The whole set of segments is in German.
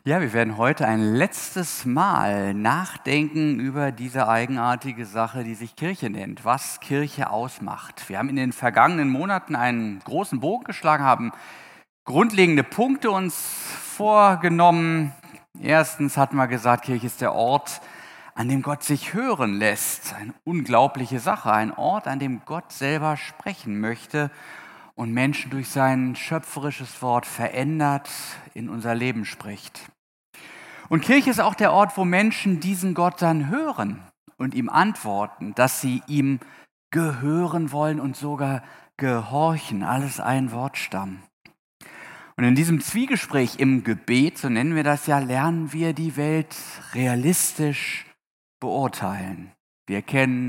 Ja, wir werden heute ein letztes Mal nachdenken über diese eigenartige Sache, die sich Kirche nennt, was Kirche ausmacht. Wir haben in den vergangenen Monaten einen großen Bogen geschlagen, haben grundlegende Punkte uns vorgenommen. Erstens hatten wir gesagt, Kirche ist der Ort, an dem Gott sich hören lässt. Eine unglaubliche Sache, ein Ort, an dem Gott selber sprechen möchte und Menschen durch sein schöpferisches Wort verändert, in unser Leben spricht. Und Kirche ist auch der Ort, wo Menschen diesen Gott dann hören und ihm antworten, dass sie ihm gehören wollen und sogar gehorchen. Alles ein Wortstamm. Und in diesem Zwiegespräch im Gebet, so nennen wir das ja, lernen wir die Welt realistisch beurteilen. Wir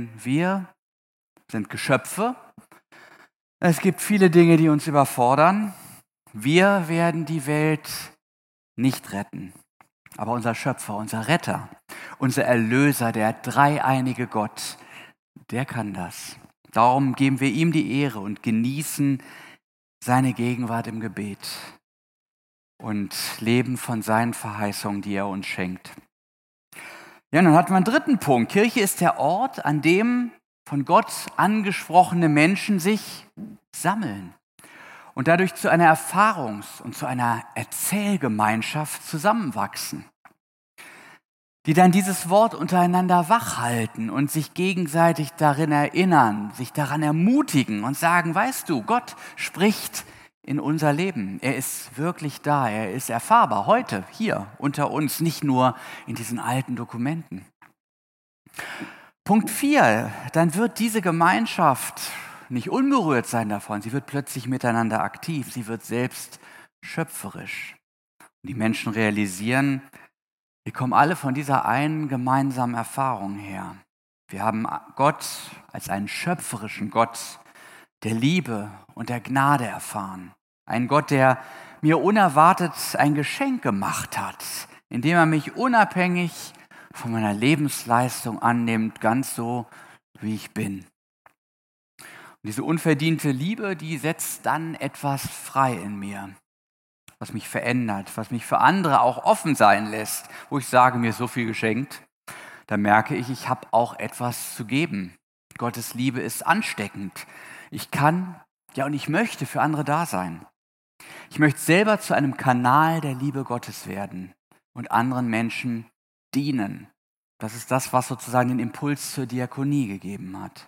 sind Geschöpfe. Es gibt viele Dinge, die uns überfordern. Wir werden die Welt nicht retten. Aber unser Schöpfer, unser Retter, unser Erlöser, der dreieinige Gott, der kann das. Darum geben wir ihm die Ehre und genießen seine Gegenwart im Gebet und leben von seinen Verheißungen, die er uns schenkt. Ja, dann hatten wir einen dritten Punkt. Kirche ist der Ort, an dem von Gott angesprochene Menschen sich sammeln und dadurch zu einer Erfahrungs- und zu einer Erzählgemeinschaft zusammenwachsen, die dann dieses Wort untereinander wachhalten und sich gegenseitig darin erinnern, sich daran ermutigen und sagen, weißt du, Gott spricht in unser Leben. Er ist wirklich da, er ist erfahrbar, heute, hier, unter uns, nicht nur in diesen alten Dokumenten. Punkt 4, dann wird diese Gemeinschaft nicht unberührt sein davon, sie wird plötzlich miteinander aktiv, sie wird selbst schöpferisch. Und die Menschen realisieren, wir kommen alle von dieser einen gemeinsamen Erfahrung her. Wir haben Gott als einen schöpferischen Gott der Liebe und der Gnade erfahren. Ein Gott, der mir unerwartet ein Geschenk gemacht hat, indem er mich unabhängig von meiner Lebensleistung annimmt, ganz so, wie ich bin. Und diese unverdiente Liebe, die setzt dann etwas frei in mir, was mich verändert, was mich für andere auch offen sein lässt, wo ich sage, mir ist so viel geschenkt, da merke ich, ich habe auch etwas zu geben. Gottes Liebe ist ansteckend. Ich kann, ja und ich möchte für andere da sein. Ich möchte selber zu einem Kanal der Liebe Gottes werden und anderen Menschen dienen. Das ist das, was sozusagen den Impuls zur Diakonie gegeben hat.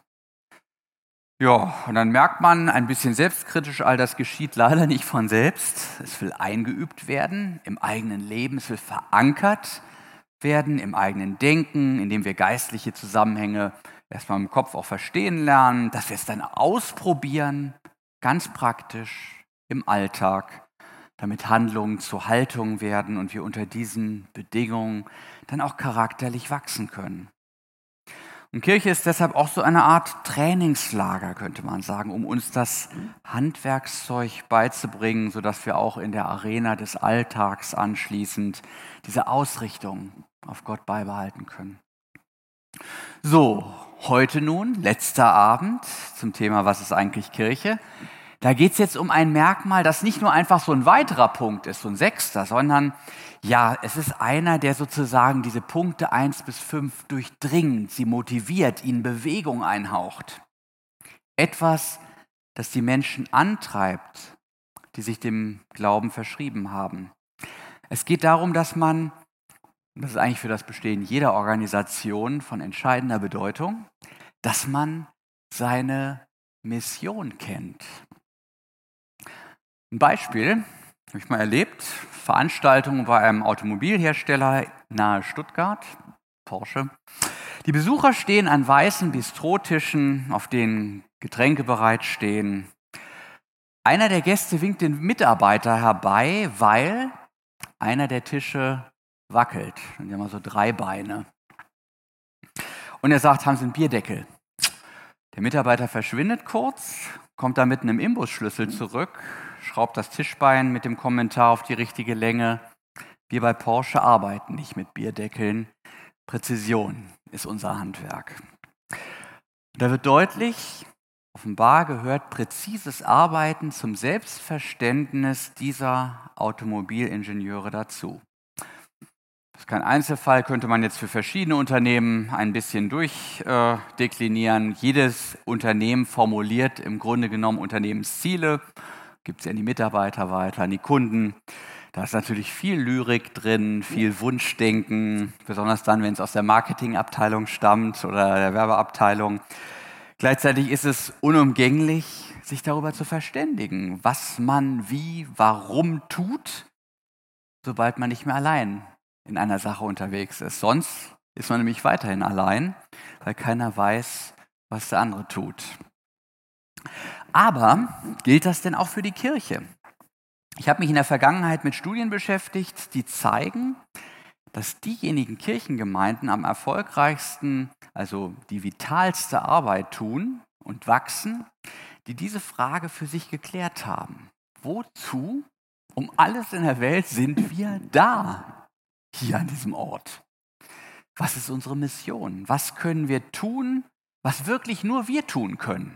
Ja, und dann merkt man ein bisschen selbstkritisch, all das geschieht leider nicht von selbst. Es will eingeübt werden im eigenen Leben, es will verankert werden im eigenen Denken, indem wir geistliche Zusammenhänge erstmal im Kopf auch verstehen lernen, dass wir es dann ausprobieren, ganz praktisch im Alltag, damit Handlungen zu Haltungen werden und wir unter diesen Bedingungen dann auch charakterlich wachsen können. Und Kirche ist deshalb auch so eine Art Trainingslager, könnte man sagen, um uns das Handwerkszeug beizubringen, sodass wir auch in der Arena des Alltags anschließend diese Ausrichtung auf Gott beibehalten können. So, heute nun, letzter Abend zum Thema, was ist eigentlich Kirche? Da geht es jetzt um ein Merkmal, das nicht nur einfach so ein weiterer Punkt ist, so ein sechster, sondern ja, es ist einer, der sozusagen diese Punkte 1 bis 5 durchdringt, sie motiviert, ihnen Bewegung einhaucht. Etwas, das die Menschen antreibt, die sich dem Glauben verschrieben haben. Es geht darum, dass man, das ist eigentlich für das Bestehen jeder Organisation von entscheidender Bedeutung, dass man seine Mission kennt. Ein Beispiel, habe ich mal erlebt, Veranstaltung bei einem Automobilhersteller nahe Stuttgart, Porsche. Die Besucher stehen an weißen Bistrotischen, auf denen Getränke bereitstehen. Einer der Gäste winkt den Mitarbeiter herbei, weil einer der Tische wackelt. Die haben so 3 Beine. Und er sagt, haben Sie einen Bierdeckel? Der Mitarbeiter verschwindet kurz, kommt dann mit einem Imbusschlüssel zurück, schraubt das Tischbein mit dem Kommentar auf die richtige Länge. Wir bei Porsche arbeiten nicht mit Bierdeckeln. Präzision ist unser Handwerk. Da wird deutlich, offenbar gehört präzises Arbeiten zum Selbstverständnis dieser Automobilingenieure dazu. Das ist kein Einzelfall, könnte man jetzt für verschiedene Unternehmen ein bisschen durchdeklinieren. Jedes Unternehmen formuliert im Grunde genommen Unternehmensziele, gibt es ja an die Mitarbeiter weiter, an die Kunden. Da ist natürlich viel Lyrik drin, viel Wunschdenken, besonders dann, wenn es aus der Marketingabteilung stammt oder der Werbeabteilung. Gleichzeitig ist es unumgänglich, sich darüber zu verständigen, was man wie, warum tut, sobald man nicht mehr allein in einer Sache unterwegs ist. Sonst ist man nämlich weiterhin allein, weil keiner weiß, was der andere tut. Aber gilt das denn auch für die Kirche? Ich habe mich in der Vergangenheit mit Studien beschäftigt, die zeigen, dass diejenigen Kirchengemeinden am erfolgreichsten, also die vitalste Arbeit tun und wachsen, die diese Frage für sich geklärt haben. Wozu um alles in der Welt sind wir da, hier an diesem Ort? Was ist unsere Mission? Was können wir tun, was wirklich nur wir tun können?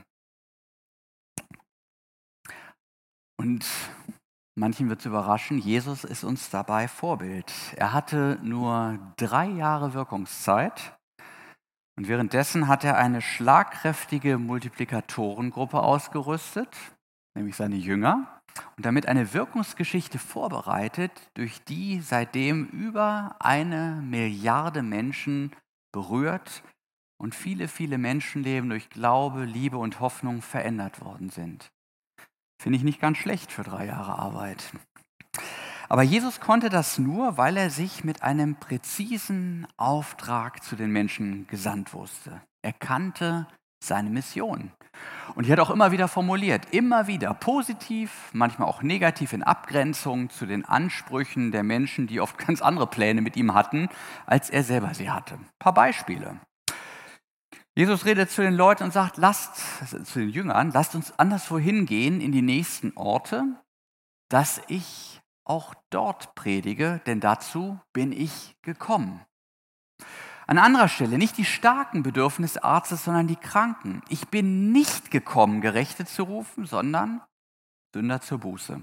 Und manchen wird es überraschen, Jesus ist uns dabei Vorbild. Er hatte nur 3 Jahre Wirkungszeit und währenddessen hat er eine schlagkräftige Multiplikatorengruppe ausgerüstet, nämlich seine Jünger, und damit eine Wirkungsgeschichte vorbereitet, durch die seitdem über 1 Milliarde Menschen berührt und viele, viele Menschenleben durch Glaube, Liebe und Hoffnung verändert worden sind. Finde ich nicht ganz schlecht für 3 Jahre Arbeit. Aber Jesus konnte das nur, weil er sich mit einem präzisen Auftrag zu den Menschen gesandt wusste. Er kannte seine Mission. Und die hat auch immer wieder formuliert, immer wieder positiv, manchmal auch negativ in Abgrenzung zu den Ansprüchen der Menschen, die oft ganz andere Pläne mit ihm hatten, als er selber sie hatte. Ein paar Beispiele. Jesus redet zu den Leuten und sagt, zu den Jüngern, lasst uns anderswo hingehen in die nächsten Orte, dass ich auch dort predige, denn dazu bin ich gekommen. An anderer Stelle, nicht die Starken bedürfen des Arztes, sondern die Kranken. Ich bin nicht gekommen, Gerechte zu rufen, sondern Sünder zur Buße.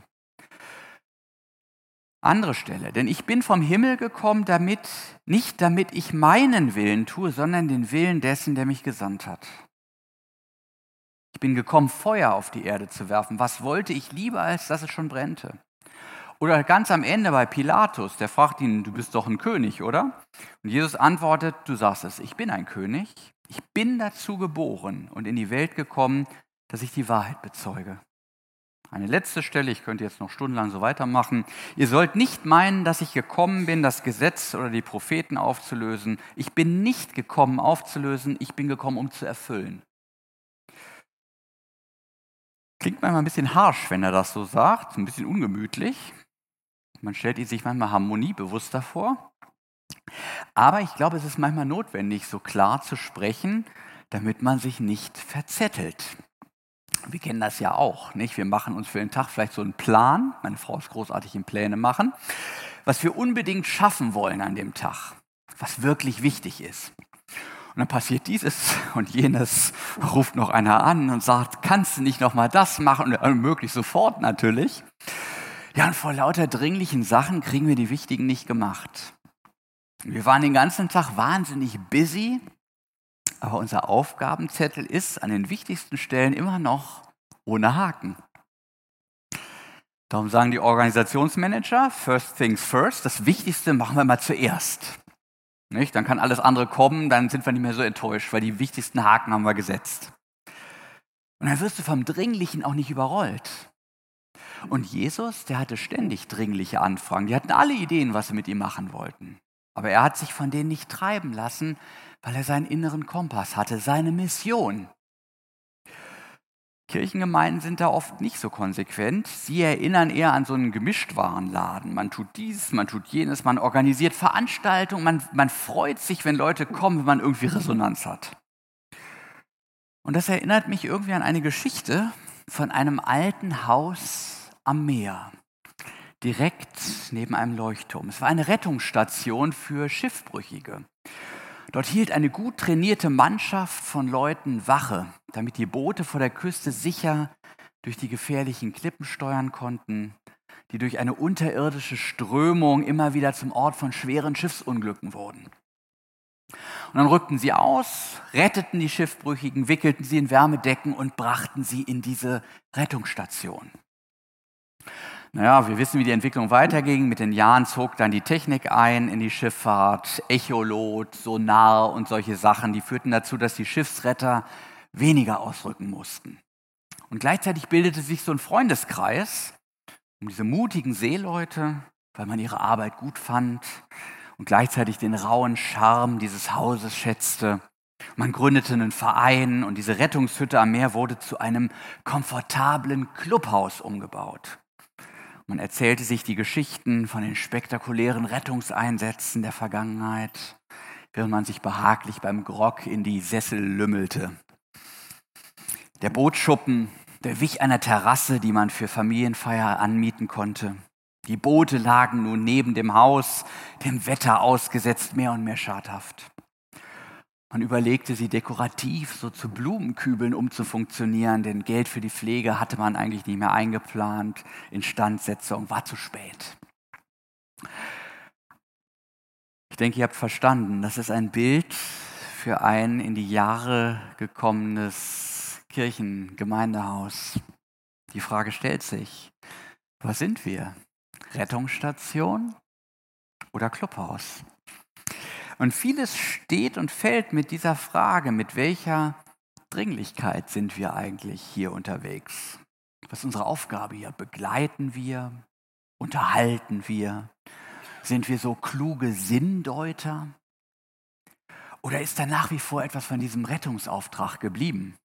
Andere Stelle, denn ich bin vom Himmel gekommen, nicht damit ich meinen Willen tue, sondern den Willen dessen, der mich gesandt hat. Ich bin gekommen, Feuer auf die Erde zu werfen. Was wollte ich lieber, als dass es schon brennte? Oder ganz am Ende bei Pilatus, der fragt ihn, du bist doch ein König, oder? Und Jesus antwortet, du sagst es, ich bin ein König. Ich bin dazu geboren und in die Welt gekommen, dass ich die Wahrheit bezeuge. Eine letzte Stelle, ich könnte jetzt noch stundenlang so weitermachen. Ihr sollt nicht meinen, dass ich gekommen bin, das Gesetz oder die Propheten aufzulösen. Ich bin nicht gekommen, aufzulösen, ich bin gekommen, um zu erfüllen. Klingt manchmal ein bisschen harsch, wenn er das so sagt, ein bisschen ungemütlich. Man stellt sich manchmal harmoniebewusster vor. Aber ich glaube, es ist manchmal notwendig, so klar zu sprechen, damit man sich nicht verzettelt. Wir kennen das ja auch, nicht? Wir machen uns für den Tag vielleicht so einen Plan, meine Frau ist großartig im Pläne machen, was wir unbedingt schaffen wollen an dem Tag, was wirklich wichtig ist. Und dann passiert dieses und jenes, ruft noch einer an und sagt, kannst du nicht noch mal das machen? Und möglichst sofort natürlich. Ja, und vor lauter dringlichen Sachen kriegen wir die wichtigen nicht gemacht. Wir waren den ganzen Tag wahnsinnig busy, aber unser Aufgabenzettel ist an den wichtigsten Stellen immer noch ohne Haken. Darum sagen die Organisationsmanager, first things first, das Wichtigste machen wir mal zuerst. Nicht? Dann kann alles andere kommen, dann sind wir nicht mehr so enttäuscht, weil die wichtigsten Haken haben wir gesetzt. Und dann wirst du vom Dringlichen auch nicht überrollt. Und Jesus, der hatte ständig dringliche Anfragen. Die hatten alle Ideen, was sie mit ihm machen wollten. Aber er hat sich von denen nicht treiben lassen, weil er seinen inneren Kompass hatte, seine Mission. Kirchengemeinden sind da oft nicht so konsequent. Sie erinnern eher an so einen Gemischtwarenladen. Man tut dies, man tut jenes, man organisiert Veranstaltungen, man freut sich, wenn Leute kommen, wenn man irgendwie Resonanz hat. Und das erinnert mich irgendwie an eine Geschichte von einem alten Haus am Meer, direkt neben einem Leuchtturm. Es war eine Rettungsstation für Schiffbrüchige. Dort hielt eine gut trainierte Mannschaft von Leuten Wache, damit die Boote vor der Küste sicher durch die gefährlichen Klippen steuern konnten. die durch eine unterirdische Strömung immer wieder zum Ort von schweren Schiffsunglücken wurden. Und dann rückten sie aus, retteten die Schiffbrüchigen, wickelten sie in Wärmedecken und brachten sie in diese Rettungsstation. Naja, wir wissen, wie die Entwicklung weiterging. Mit den Jahren zog dann die Technik ein in die Schifffahrt, Echolot, Sonar und solche Sachen. Die führten dazu, dass die Schiffsretter weniger ausrücken mussten. Und gleichzeitig bildete sich so ein Freundeskreis um diese mutigen Seeleute, weil man ihre Arbeit gut fand und gleichzeitig den rauen Charme dieses Hauses schätzte. Man gründete einen Verein und diese Rettungshütte am Meer wurde zu einem komfortablen Clubhaus umgebaut. Man erzählte sich die Geschichten von den spektakulären Rettungseinsätzen der Vergangenheit, während man sich behaglich beim Grog in die Sessel lümmelte. Der Bootsschuppen, der wich einer Terrasse, die man für Familienfeier anmieten konnte. Die Boote lagen nun neben dem Haus, dem Wetter ausgesetzt, mehr und mehr schadhaft. Man überlegte, sie dekorativ so zu Blumenkübeln umzufunktionieren, denn Geld für die Pflege hatte man eigentlich nicht mehr eingeplant. Instandsetzung war zu spät. Ich denke, ihr habt verstanden, das ist ein Bild für ein in die Jahre gekommenes Kirchengemeindehaus. Die Frage stellt sich, was sind wir? Rettungsstation oder Clubhaus? Und vieles steht und fällt mit dieser Frage, mit welcher Dringlichkeit sind wir eigentlich hier unterwegs? Was ist unsere Aufgabe hier? Begleiten wir? Unterhalten wir? Sind wir so kluge Sinndeuter? Oder ist da nach wie vor etwas von diesem Rettungsauftrag geblieben?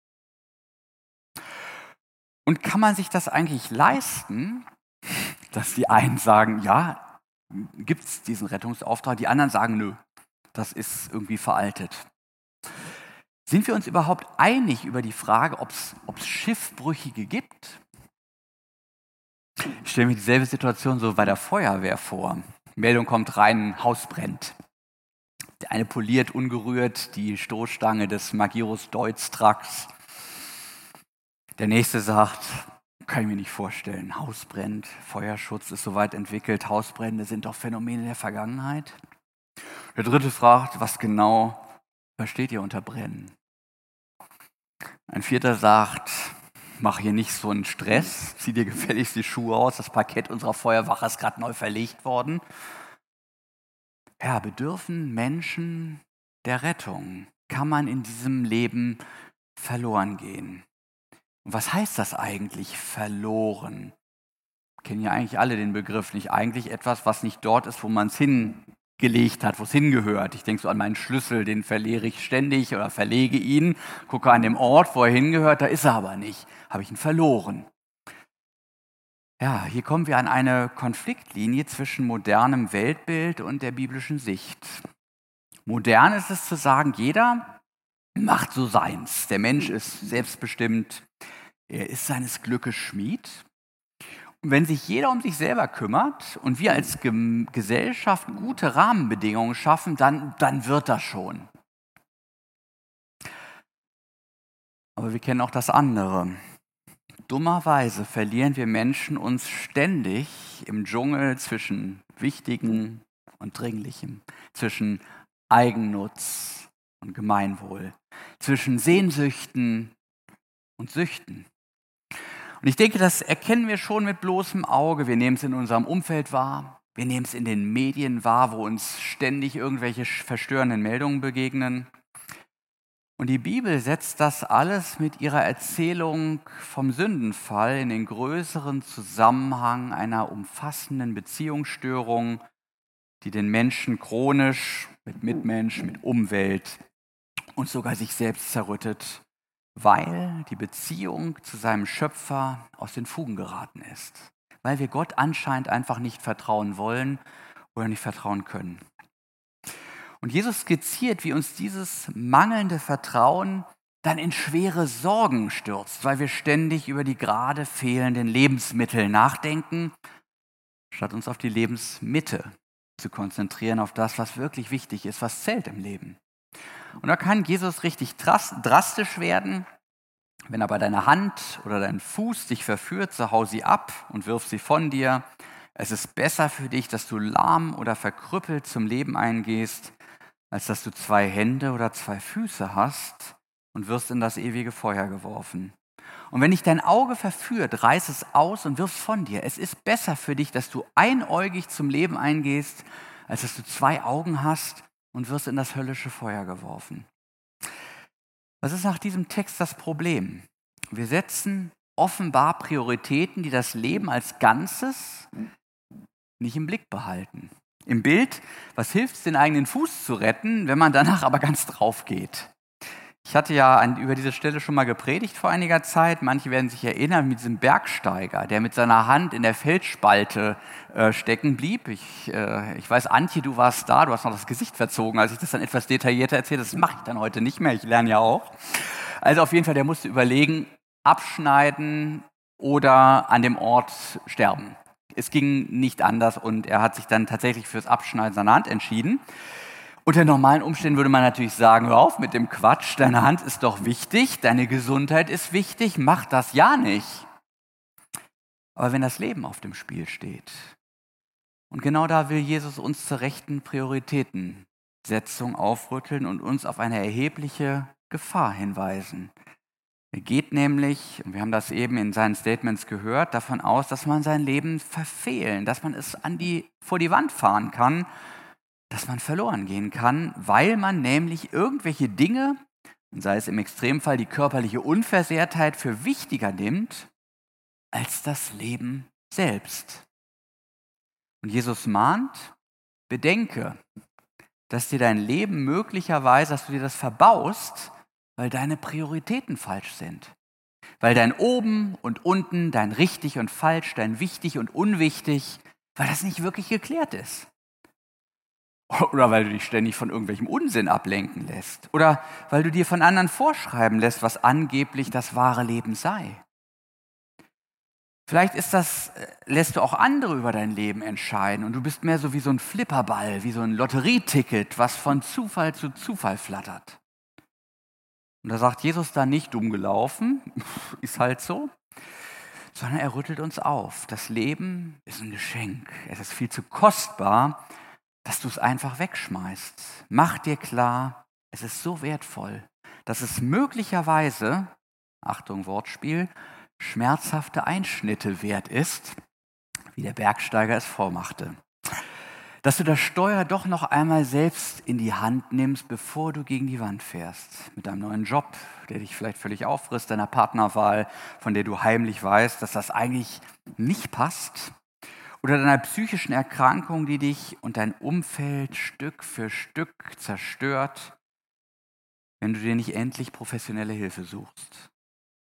Und kann man sich das eigentlich leisten, dass die einen sagen, ja, gibt es diesen Rettungsauftrag, die anderen sagen, nö, das ist irgendwie veraltet. Sind wir uns überhaupt einig über die Frage, ob es Schiffbrüchige gibt? Ich stelle mir dieselbe Situation so bei der Feuerwehr vor. Meldung kommt rein, ein Haus brennt. Der eine poliert ungerührt die Stoßstange des Magirus Deutz-Trucks. Der nächste sagt, kann ich mir nicht vorstellen, Haus brennt, Feuerschutz ist so weit entwickelt, Hausbrände sind doch Phänomene der Vergangenheit. Der dritte fragt, was genau versteht ihr unter Brennen? Ein vierter sagt, mach hier nicht so einen Stress, zieh dir gefälligst die Schuhe aus, das Parkett unserer Feuerwache ist gerade neu verlegt worden. Ja, bedürfen Menschen der Rettung? Kann man in diesem Leben verloren gehen? Und was heißt das eigentlich, verloren? Kennen ja eigentlich alle den Begriff, nicht eigentlich etwas, was nicht dort ist, wo man es hingelegt hat, wo es hingehört. Ich denke so an meinen Schlüssel, den verliere ich ständig oder verlege ihn, gucke an dem Ort, wo er hingehört, da ist er aber nicht. Habe ich ihn verloren. Ja, hier kommen wir an eine Konfliktlinie zwischen modernem Weltbild und der biblischen Sicht. Modern ist es zu sagen, jeder macht so seins. Der Mensch ist selbstbestimmt, er ist seines Glückes Schmied. Und wenn sich jeder um sich selber kümmert und wir als Gesellschaft gute Rahmenbedingungen schaffen, dann wird das schon. Aber wir kennen auch das andere. Dummerweise verlieren wir Menschen uns ständig im Dschungel zwischen Wichtigem und Dringlichem, zwischen Eigennutz und Gemeinwohl, zwischen Sehnsüchten und Süchten. Und ich denke, das erkennen wir schon mit bloßem Auge. Wir nehmen es in unserem Umfeld wahr, wir nehmen es in den Medien wahr, wo uns ständig irgendwelche verstörenden Meldungen begegnen. Und die Bibel setzt das alles mit ihrer Erzählung vom Sündenfall in den größeren Zusammenhang einer umfassenden Beziehungsstörung, die den Menschen chronisch mit Mitmensch, mit Umwelt und sogar sich selbst zerrüttet, weil die Beziehung zu seinem Schöpfer aus den Fugen geraten ist. Weil wir Gott anscheinend einfach nicht vertrauen wollen oder nicht vertrauen können. Und Jesus skizziert, wie uns dieses mangelnde Vertrauen dann in schwere Sorgen stürzt, weil wir ständig über die gerade fehlenden Lebensmittel nachdenken, statt uns auf die Lebensmitte zu konzentrieren, auf das, was wirklich wichtig ist, was zählt im Leben. Und da kann Jesus richtig drastisch werden. Wenn aber deine Hand oder dein Fuß dich verführt, so hau sie ab und wirf sie von dir. Es ist besser für dich, dass du lahm oder verkrüppelt zum Leben eingehst, als dass du 2 Hände oder 2 Füße hast und wirst in das ewige Feuer geworfen. Und wenn dich dein Auge verführt, reiß es aus und wirf es von dir. Es ist besser für dich, dass du einäugig zum Leben eingehst, als dass du 2 Augen hast und wirst in das höllische Feuer geworfen. Was ist nach diesem Text das Problem? Wir setzen offenbar Prioritäten, die das Leben als Ganzes nicht im Blick behalten. Im Bild, was hilft es, den eigenen Fuß zu retten, wenn man danach aber ganz drauf geht? Ich hatte ja über diese Stelle schon mal gepredigt vor einiger Zeit. Manche werden sich erinnern, mit diesem Bergsteiger, der mit seiner Hand in der Felsspalte stecken blieb. Ich weiß, Antje, du warst da, du hast noch das Gesicht verzogen, als ich das dann etwas detaillierter erzählt. Das mache ich dann heute nicht mehr, ich lerne ja auch. Also auf jeden Fall, der musste überlegen, abschneiden oder an dem Ort sterben. Es ging nicht anders und er hat sich dann tatsächlich fürs Abschneiden seiner Hand entschieden. Unter normalen Umständen würde man natürlich sagen, hör auf mit dem Quatsch, deine Hand ist doch wichtig, deine Gesundheit ist wichtig, mach das ja nicht. Aber wenn das Leben auf dem Spiel steht, und genau da will Jesus uns zur rechten Prioritätensetzung aufrütteln und uns auf eine erhebliche Gefahr hinweisen. Er geht nämlich, und wir haben das eben in seinen Statements gehört, davon aus, dass man sein Leben verfehlen, dass man es vor die Wand fahren kann, dass man verloren gehen kann, weil man nämlich irgendwelche Dinge, sei es im Extremfall die körperliche Unversehrtheit, für wichtiger nimmt als das Leben selbst. Und Jesus mahnt, bedenke, dass dir dein Leben möglicherweise, dass du dir das verbaust, weil deine Prioritäten falsch sind. Weil dein Oben und Unten, dein richtig und falsch, dein wichtig und unwichtig, weil das nicht wirklich geklärt ist. Oder weil du dich ständig von irgendwelchem Unsinn ablenken lässt. Oder weil du dir von anderen vorschreiben lässt, was angeblich das wahre Leben sei. Vielleicht lässt du auch andere über dein Leben entscheiden und du bist mehr so wie so ein Flipperball, wie so ein Lotterieticket, was von Zufall zu Zufall flattert. Und da sagt Jesus dann nicht, dumm gelaufen, ist halt so, sondern er rüttelt uns auf. Das Leben ist ein Geschenk. Es ist viel zu kostbar, dass du es einfach wegschmeißt. Mach dir klar, es ist so wertvoll, dass es möglicherweise, Achtung Wortspiel, schmerzhafte Einschnitte wert ist, wie der Bergsteiger es vormachte. Dass du das Steuer doch noch einmal selbst in die Hand nimmst, bevor du gegen die Wand fährst. Mit deinem neuen Job, der dich vielleicht völlig auffrisst, deiner Partnerwahl, von der du heimlich weißt, dass das eigentlich nicht passt. Oder deiner psychischen Erkrankung, die dich und dein Umfeld Stück für Stück zerstört, wenn du dir nicht endlich professionelle Hilfe suchst.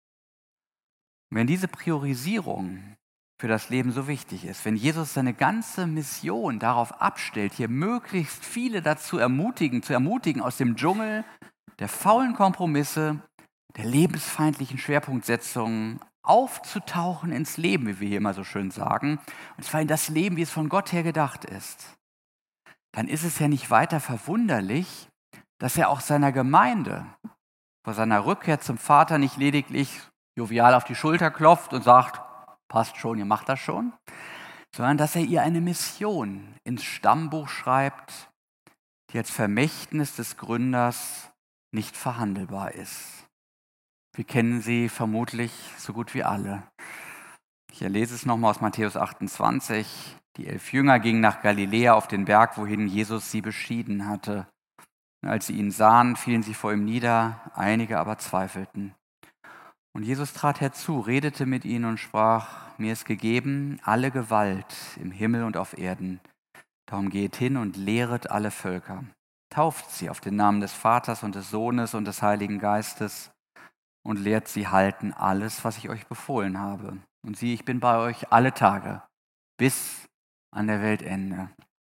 Und wenn diese Priorisierung für das Leben so wichtig ist, wenn Jesus seine ganze Mission darauf abstellt, hier möglichst viele dazu zu ermutigen, aus dem Dschungel der faulen Kompromisse, der lebensfeindlichen Schwerpunktsetzungen aufzutauchen ins Leben, wie wir hier immer so schön sagen, und zwar in das Leben, wie es von Gott her gedacht ist, dann ist es ja nicht weiter verwunderlich, dass er auch seiner Gemeinde vor seiner Rückkehr zum Vater nicht lediglich jovial auf die Schulter klopft und sagt, passt schon, ihr macht das schon, sondern dass er ihr eine Mission ins Stammbuch schreibt, die als Vermächtnis des Gründers nicht verhandelbar ist. Wir kennen sie vermutlich so gut wie alle. Ich lese es nochmal aus Matthäus 28. Die 11 Jünger gingen nach Galiläa auf den Berg, wohin Jesus sie beschieden hatte. Und als sie ihn sahen, fielen sie vor ihm nieder, einige aber zweifelten. Und Jesus trat herzu, redete mit ihnen und sprach, mir ist gegeben alle Gewalt im Himmel und auf Erden. Darum geht hin und lehret alle Völker. Tauft sie auf den Namen des Vaters und des Sohnes und des Heiligen Geistes und lehrt sie halten alles, was ich euch befohlen habe. Und siehe, ich bin bei euch alle Tage, bis an der Weltende.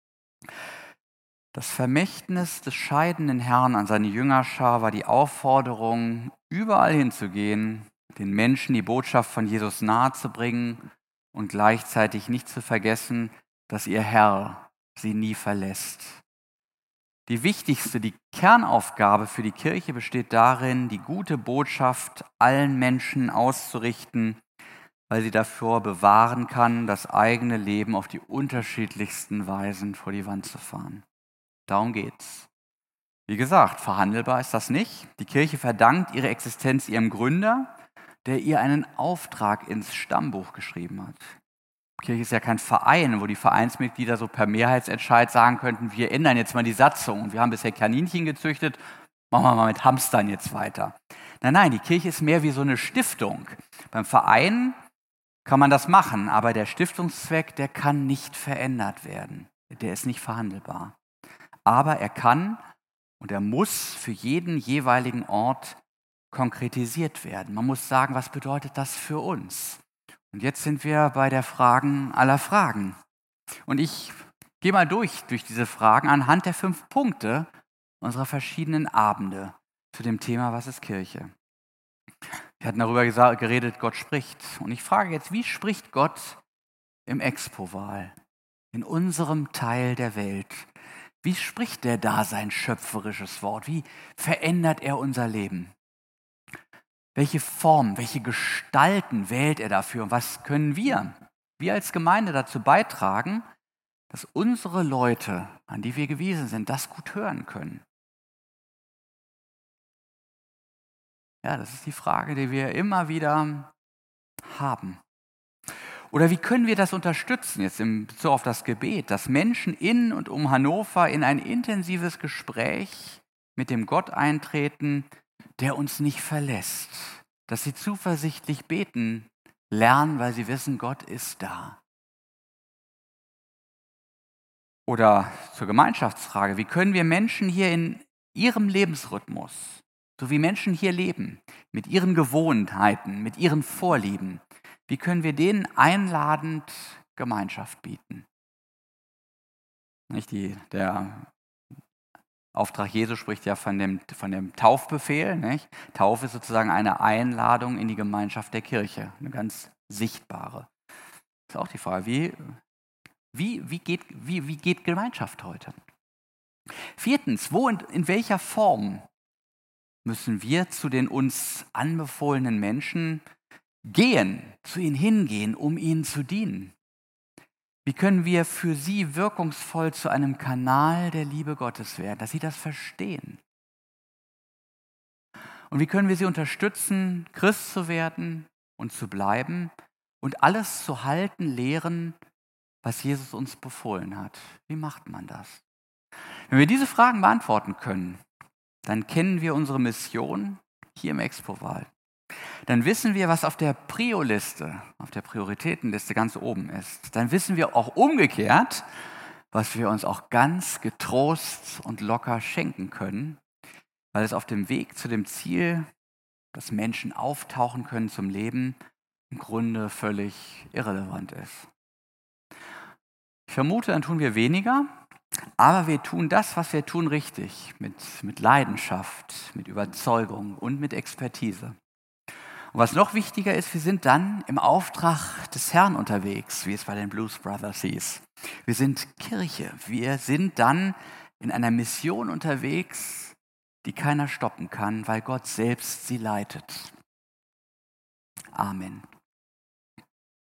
Das Vermächtnis des scheidenden Herrn an seine Jüngerschar war die Aufforderung, überall hinzugehen, den Menschen die Botschaft von Jesus nahezubringen und gleichzeitig nicht zu vergessen, dass ihr Herr sie nie verlässt. Die wichtigste, die Kernaufgabe für die Kirche besteht darin, die gute Botschaft allen Menschen auszurichten, weil sie davor bewahren kann, das eigene Leben auf die unterschiedlichsten Weisen vor die Wand zu fahren. Darum geht's. Wie gesagt, verhandelbar ist das nicht. Die Kirche verdankt ihre Existenz ihrem Gründer, der ihr einen Auftrag ins Stammbuch geschrieben hat. Die Kirche ist ja kein Verein, wo die Vereinsmitglieder so per Mehrheitsentscheid sagen könnten, wir ändern jetzt mal die Satzung und wir haben bisher Kaninchen gezüchtet, machen wir mal mit Hamstern jetzt weiter. Nein, die Kirche ist mehr wie so eine Stiftung. Beim Verein kann man das machen, aber der Stiftungszweck, der kann nicht verändert werden. Der ist nicht verhandelbar. Aber er kann und er muss für jeden jeweiligen Ort konkretisiert werden. Man muss sagen, was bedeutet das für uns? Und jetzt sind wir bei der Fragen aller Fragen. Und ich gehe mal durch diese Fragen anhand der 5 Punkte unserer verschiedenen Abende zu dem Thema, was ist Kirche? Wir hatten darüber geredet, Gott spricht. Und ich frage jetzt, wie spricht Gott im Expo-Wahl, in unserem Teil der Welt? Wie spricht er da sein schöpferisches Wort? Wie verändert er unser Leben? Welche Form, welche Gestalten wählt er dafür? Und was können wir als Gemeinde dazu beitragen, dass unsere Leute, an die wir gewiesen sind, das gut hören können? Ja, das ist die Frage, die wir immer wieder haben. Oder wie können wir das unterstützen, jetzt in Bezug auf das Gebet, dass Menschen in und um Hannover in ein intensives Gespräch mit dem Gott eintreten, der uns nicht verlässt, dass sie zuversichtlich beten lernen, weil sie wissen, Gott ist da. Oder zur Gemeinschaftsfrage, wie können wir Menschen hier in ihrem Lebensrhythmus, so wie Menschen hier leben, mit ihren Gewohnheiten, mit ihren Vorlieben, wie können wir denen einladend Gemeinschaft bieten? Der Auftrag Jesu spricht ja von dem Taufbefehl. Nicht? Taufe ist sozusagen eine Einladung in die Gemeinschaft der Kirche, eine ganz sichtbare. Das ist auch die Frage, wie geht Gemeinschaft heute? 4, wo und in welcher Form müssen wir zu den uns anbefohlenen Menschen gehen, zu ihnen hingehen, um ihnen zu dienen? Wie können wir für sie wirkungsvoll zu einem Kanal der Liebe Gottes werden, dass sie das verstehen? Und wie können wir sie unterstützen, Christ zu werden und zu bleiben und alles zu halten, lehren, was Jesus uns befohlen hat? Wie macht man das? Wenn wir diese Fragen beantworten können, dann kennen wir unsere Mission hier im Expo-Wahl. Dann wissen wir, was auf der Prio-Liste, auf der Prioritätenliste ganz oben ist. Dann wissen wir auch umgekehrt, was wir uns auch ganz getrost und locker schenken können, weil es auf dem Weg zu dem Ziel, dass Menschen auftauchen können zum Leben, im Grunde völlig irrelevant ist. Ich vermute, dann tun wir weniger, aber wir tun das, was wir tun, richtig, mit Leidenschaft, mit Überzeugung und mit Expertise. Und was noch wichtiger ist, wir sind dann im Auftrag des Herrn unterwegs, wie es bei den Blues Brothers hieß. Wir sind Kirche. Wir sind dann in einer Mission unterwegs, die keiner stoppen kann, weil Gott selbst sie leitet. Amen.